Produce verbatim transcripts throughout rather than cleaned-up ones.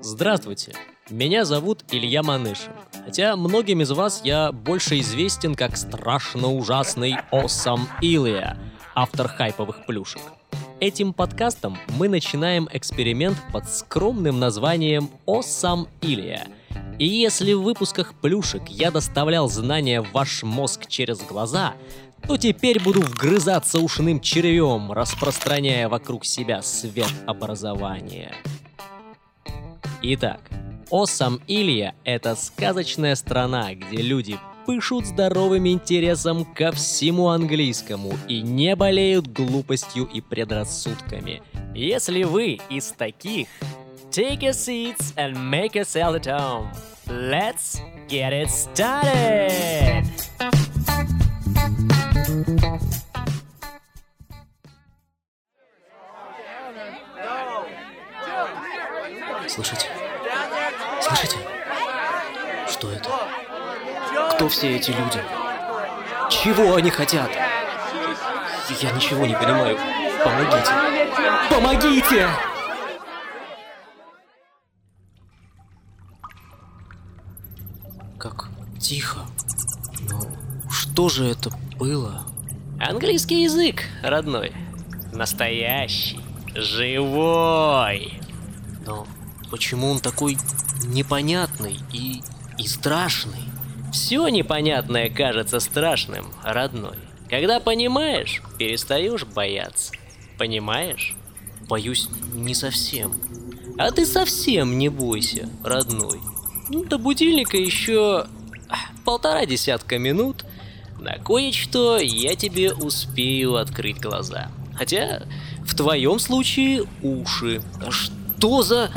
Здравствуйте, меня зовут Илья Манышин, хотя многим из вас я больше известен как страшно ужасный Awesome Ilya, автор хайповых плюшек. Этим подкастом мы начинаем эксперимент под скромным названием Awesome Ilya. И если в выпусках плюшек я доставлял знания в ваш мозг через глаза, то теперь буду вгрызаться ушным червем, распространяя вокруг себя свет образования. Итак, Awesome Ilya — это сказочная страна, где люди пышут здоровым интересом ко всему английскому и не болеют глупостью и предрассудками. Если вы из таких, take your seats and make yourself at home. Let's get it started! Слышите? Слышите? Что это? Кто все эти люди? Чего они хотят? Я ничего не понимаю. Помогите! Помогите! Как тихо. Но что же это было? Английский язык, родной. Настоящий. Живой. Но почему он такой непонятный и, и страшный? Все непонятное кажется страшным, родной. Когда понимаешь, перестаешь бояться. Понимаешь? Боюсь, не совсем. А ты совсем не бойся, родной. Ну, до будильника еще полтора десятка минут. На кое-что я тебе успею открыть глаза. Хотя в твоем случае уши. Что за...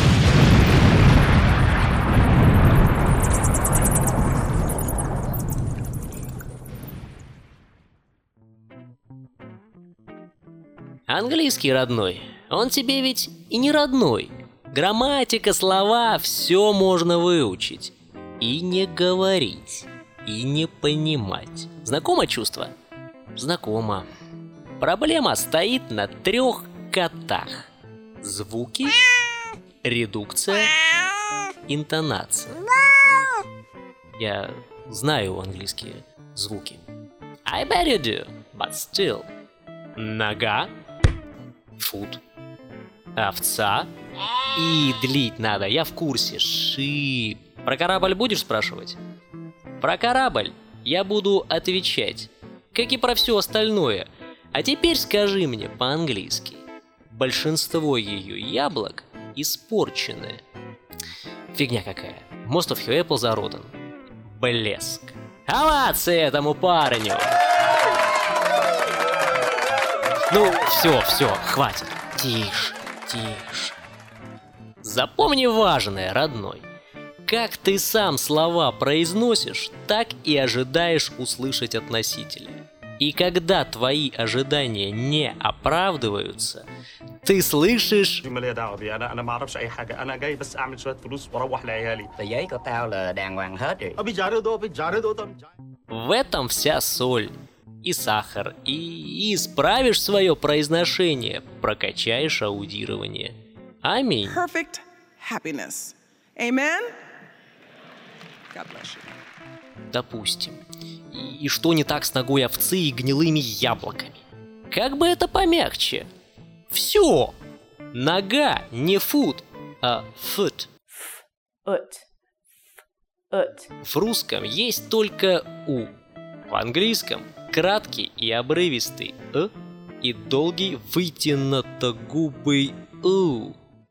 Английский, родной, он тебе ведь и не родной. Грамматика, слова, все можно выучить. И не говорить, и не понимать. Знакомо чувство? Знакомо. Проблема стоит на трех котах. Звуки, редукция, интонация. Я знаю английские звуки. I bet you do, but still. Нога, foot, овца. И длить надо, я в курсе. Шип. Про корабль будешь спрашивать? Про корабль я буду отвечать, как и про все остальное. А теперь скажи мне по-английски. Большинство ее яблок испорчены. Фигня какая. Most of your apples are rotten. Блеск. Овации этому парню! Ну, все, все, хватит. Тише, тише. Запомни важное, родной. Как ты сам слова произносишь, так и ожидаешь услышать от носителя. И когда твои ожидания не оправдываются, ты слышишь... В этом вся соль и сахар. И, и исправишь свое произношение, прокачаешь аудирование. Аминь. Perfect happiness. Amen? God bless you. Допустим. И, и что не так с ногой овцы и гнилыми яблоками? Как бы это помягче? Все. Нога не foot, а foot. Foot. Foot. В русском есть только у. В английском краткий и обрывистый «э» и долгий вытянутогубый «у».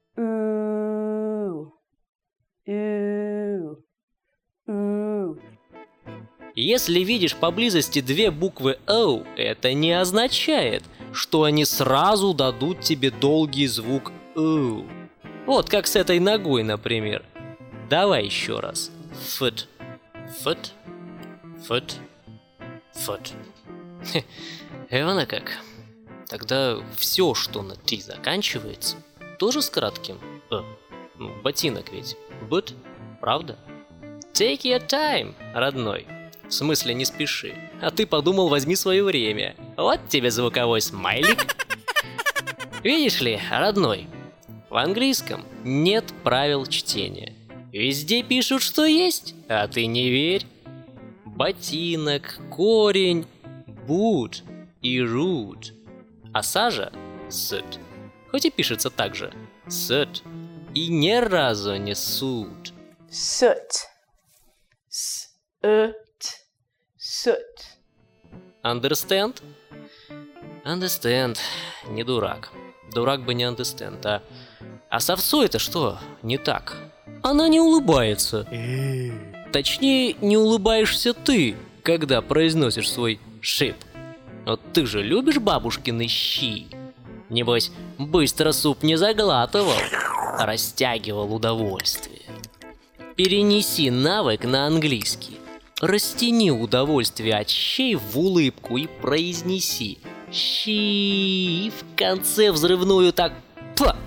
Ooh. Ooh. Ooh. Если видишь поблизости две буквы «о», это не означает, что они сразу дадут тебе долгий звук «у». Вот как с этой ногой, например. Давай еще раз. Foot, foot, foot, foot. Эвана как? Тогда все, что на «ти» заканчивается, тоже с кратким «э». Ну, ботинок ведь. Boot, правда? Take your time, родной. В смысле, не спеши. А ты подумал, возьми свое время. Вот тебе звуковой смайлик. Видишь ли, родной, В английском нет правил чтения. Везде пишут, что есть, а ты не верь. Ботинок, корень, boot и root. А сажа – soot. Хоть и пишется так же – soot. И ни разу не suit. Soot. S-ut. Soot. Understand? Understand. Не дурак. Дурак бы не understand, а... А с овцой это что? Не так. Она не улыбается. Точнее, не улыбаешься ты, когда произносишь свой sheep. Вот ты же любишь бабушкины щи? Небось, быстро суп не заглатывал, а растягивал удовольствие. Перенеси навык на английский. Растяни удовольствие от щей в улыбку и произнеси щи в конце взрывную так. Пфа!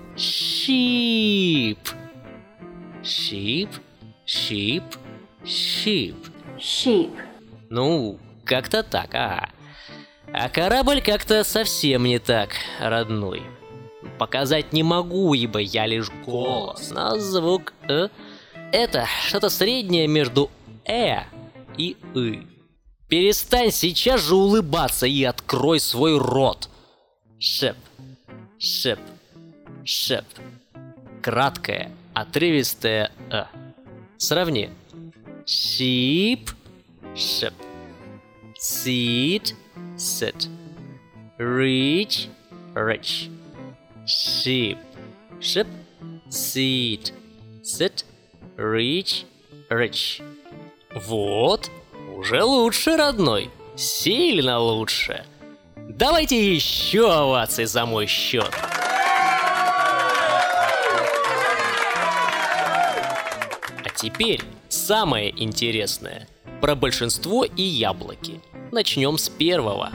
Sheep. Sheep, sheep, sheep. Sheep. Ну, как-то так, ага. А корабль как-то совсем не так, родной. Показать не могу, ибо я лишь голос, но звук «э» — это что-то среднее между «э» и «ы». Перестань сейчас же улыбаться и открой свой рот. Шеп, шеп, шеп. Краткое, отрывистое «э». Сравни. Sheep, sheep. Seed, sit. Rich, rich. Sheep, sheep. Seed, sit. Rich, rich. Вот, уже лучше, родной. Сильно лучше. Давайте еще овации за мой счет. А теперь самое интересное. Про большинство и яблоки. Начнем с первого.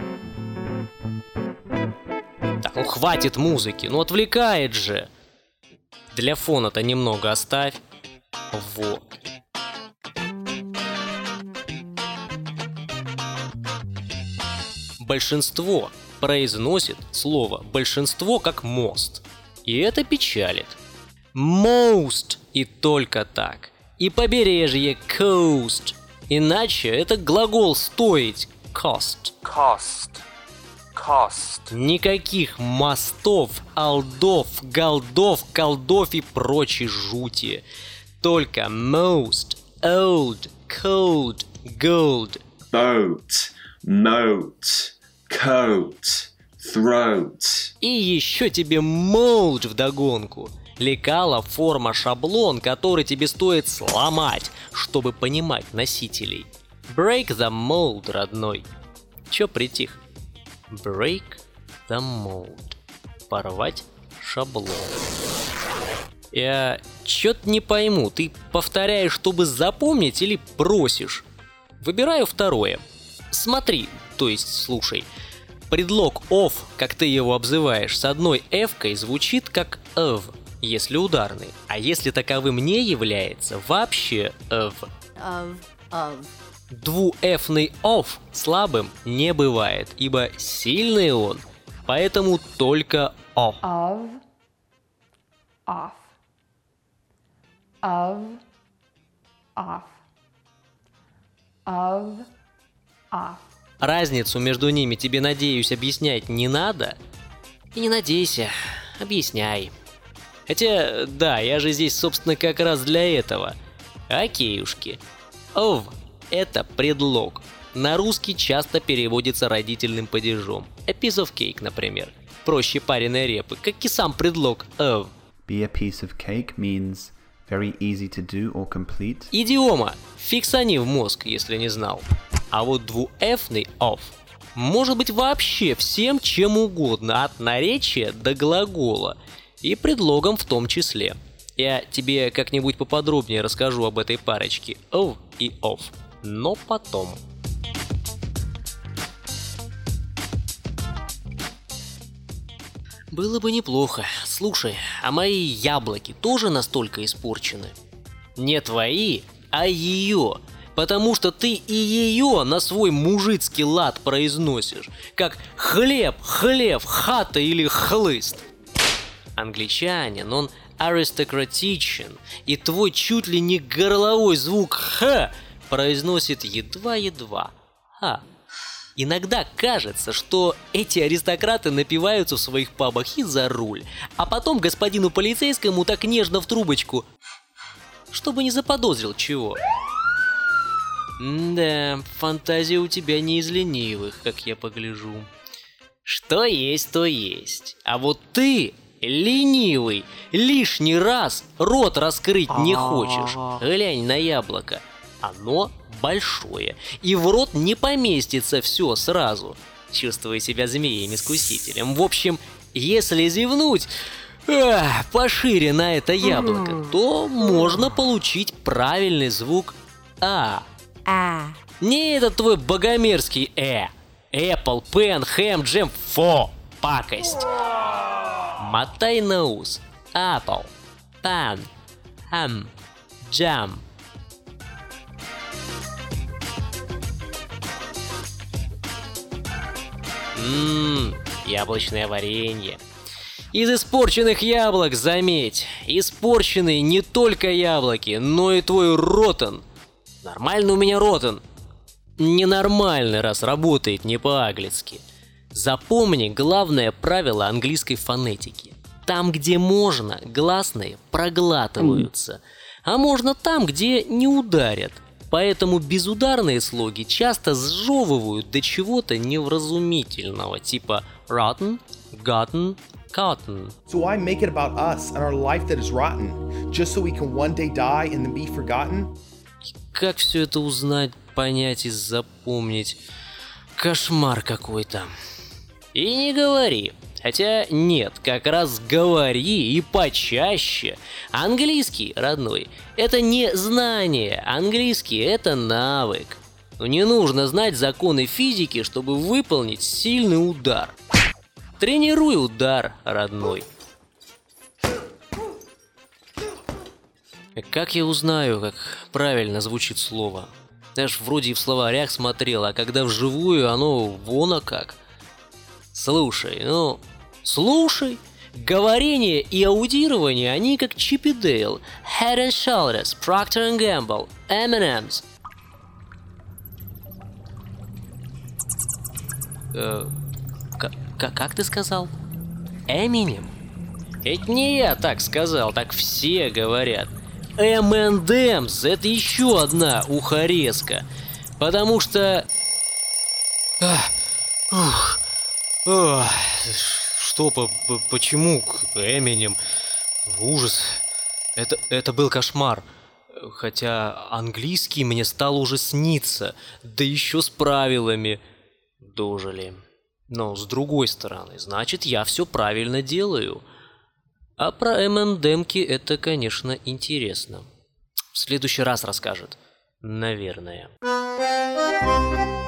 Так, ну хватит музыки, ну отвлекает же. Для фона-то немного оставь. Вот. Большинство произносит слово «большинство» как «мост». И это печалит. Most и только так. И побережье coast. Иначе это глагол «стоить» cost. Cost. Cost. Никаких мостов, алдов, голдов, колдов и прочей жути. Только most, old, cold, gold. Boat, note, coat, throat. И еще тебе mold вдогонку. Лекало, форма, шаблон, который тебе стоит сломать, чтобы понимать носителей. Break the mold, родной. Чё притих? Break the mold. Порвать шаблон. Я чё-то не пойму, ты повторяешь, чтобы запомнить, или просишь? Выбираю второе. Смотри, то есть слушай. Предлог of, как ты его обзываешь, с одной f-кой звучит как of, если ударный, а если таковым не является, вообще of. Of, of. Двуэфный of слабым не бывает, ибо сильный он, поэтому только of. Of. Off. Of. Off. Of. Off. Разницу между ними тебе, надеюсь, объяснять не надо? И не надейся, объясняй. Хотя, да, я же здесь, собственно, как раз для этого. Окейушки. Of – это предлог. На русский часто переводится родительным падежом. A piece of cake, например. Проще пареной репы, как и сам предлог of. Be a piece of cake means very easy to do or complete. Идиома. Фиксани в мозг, если не знал. А вот двуэфный of может быть вообще всем чем угодно, от наречия до глагола. И предлогом в том числе. Я тебе как-нибудь поподробнее расскажу об этой парочке of и of, но потом. Было бы неплохо. Слушай, а мои яблоки тоже настолько испорчены? Не твои, а ее. Потому что ты и ее на свой мужицкий лад произносишь. Как хлеб, хлеб, хата или хлыст. англичанин, он аристократичен, и твой чуть ли не горловой звук «х» произносит едва-едва «ха». Иногда кажется, что эти аристократы напиваются в своих пабах и за руль, а потом господину полицейскому так нежно в трубочку, чтобы не заподозрил чего. Да, фантазия у тебя не из ленивых, как я погляжу. Что есть, то есть. А вот ты, ленивый, лишний раз рот раскрыть не хочешь. Глянь на яблоко. Оно большое, и в рот не поместится все сразу. Чувствуя себя змеем-искусителем. В общем, если зевнуть ах, пошире на это яблоко, то можно получить правильный звук «а». А. Не этот твой богомерзкий «э». Apple, pen, ham, jam, фо, пакость. Мотай на ус. Apple, pen, ham, jam. Ммм, яблочное варенье. Из испорченных яблок, заметь. Испорченные не только яблоки, но и твой ротан. Нормально у меня ротан. Ненормальный, раз работает не по-английски. Запомни главное правило английской фонетики. Там, где можно, гласные проглатываются. А можно там, где не ударят. Поэтому безударные слоги часто сжевывают до чего-то невразумительного, типа rotten, gotten, cotton. So why make it about us and our life that is rotten, just so we can one day die and then be forgotten? Как все это узнать, понять и запомнить? Кошмар какой-то. И не говори. Хотя нет, как раз говори и почаще. Английский, родной, это не знание, английский это навык. Но не нужно знать законы физики, чтобы выполнить сильный удар. Тренируй удар, родной. Как я узнаю, как правильно звучит слово? Я ж вроде и в словарях смотрел, а когда вживую, оно вон а как. Слушай, ну, слушай. Говорение и аудирование, они как Чип и Дейл, Head and Shoulders, Procter and Gamble, эм энд эмс. Э, к- как ты сказал? Эминем? Это не я так сказал, так все говорят. эм энд эмс — это еще одна ухорезка. Потому что... Ах, ух, ох, что, по, по, почему Эминем? Ужас. Это, это был кошмар. Хотя английский мне стал уже сниться. Да еще с правилами. Дожили. Но с другой стороны, значит, я все правильно делаю. А про эм энд эмки это, конечно, интересно. В следующий раз расскажет. Наверное.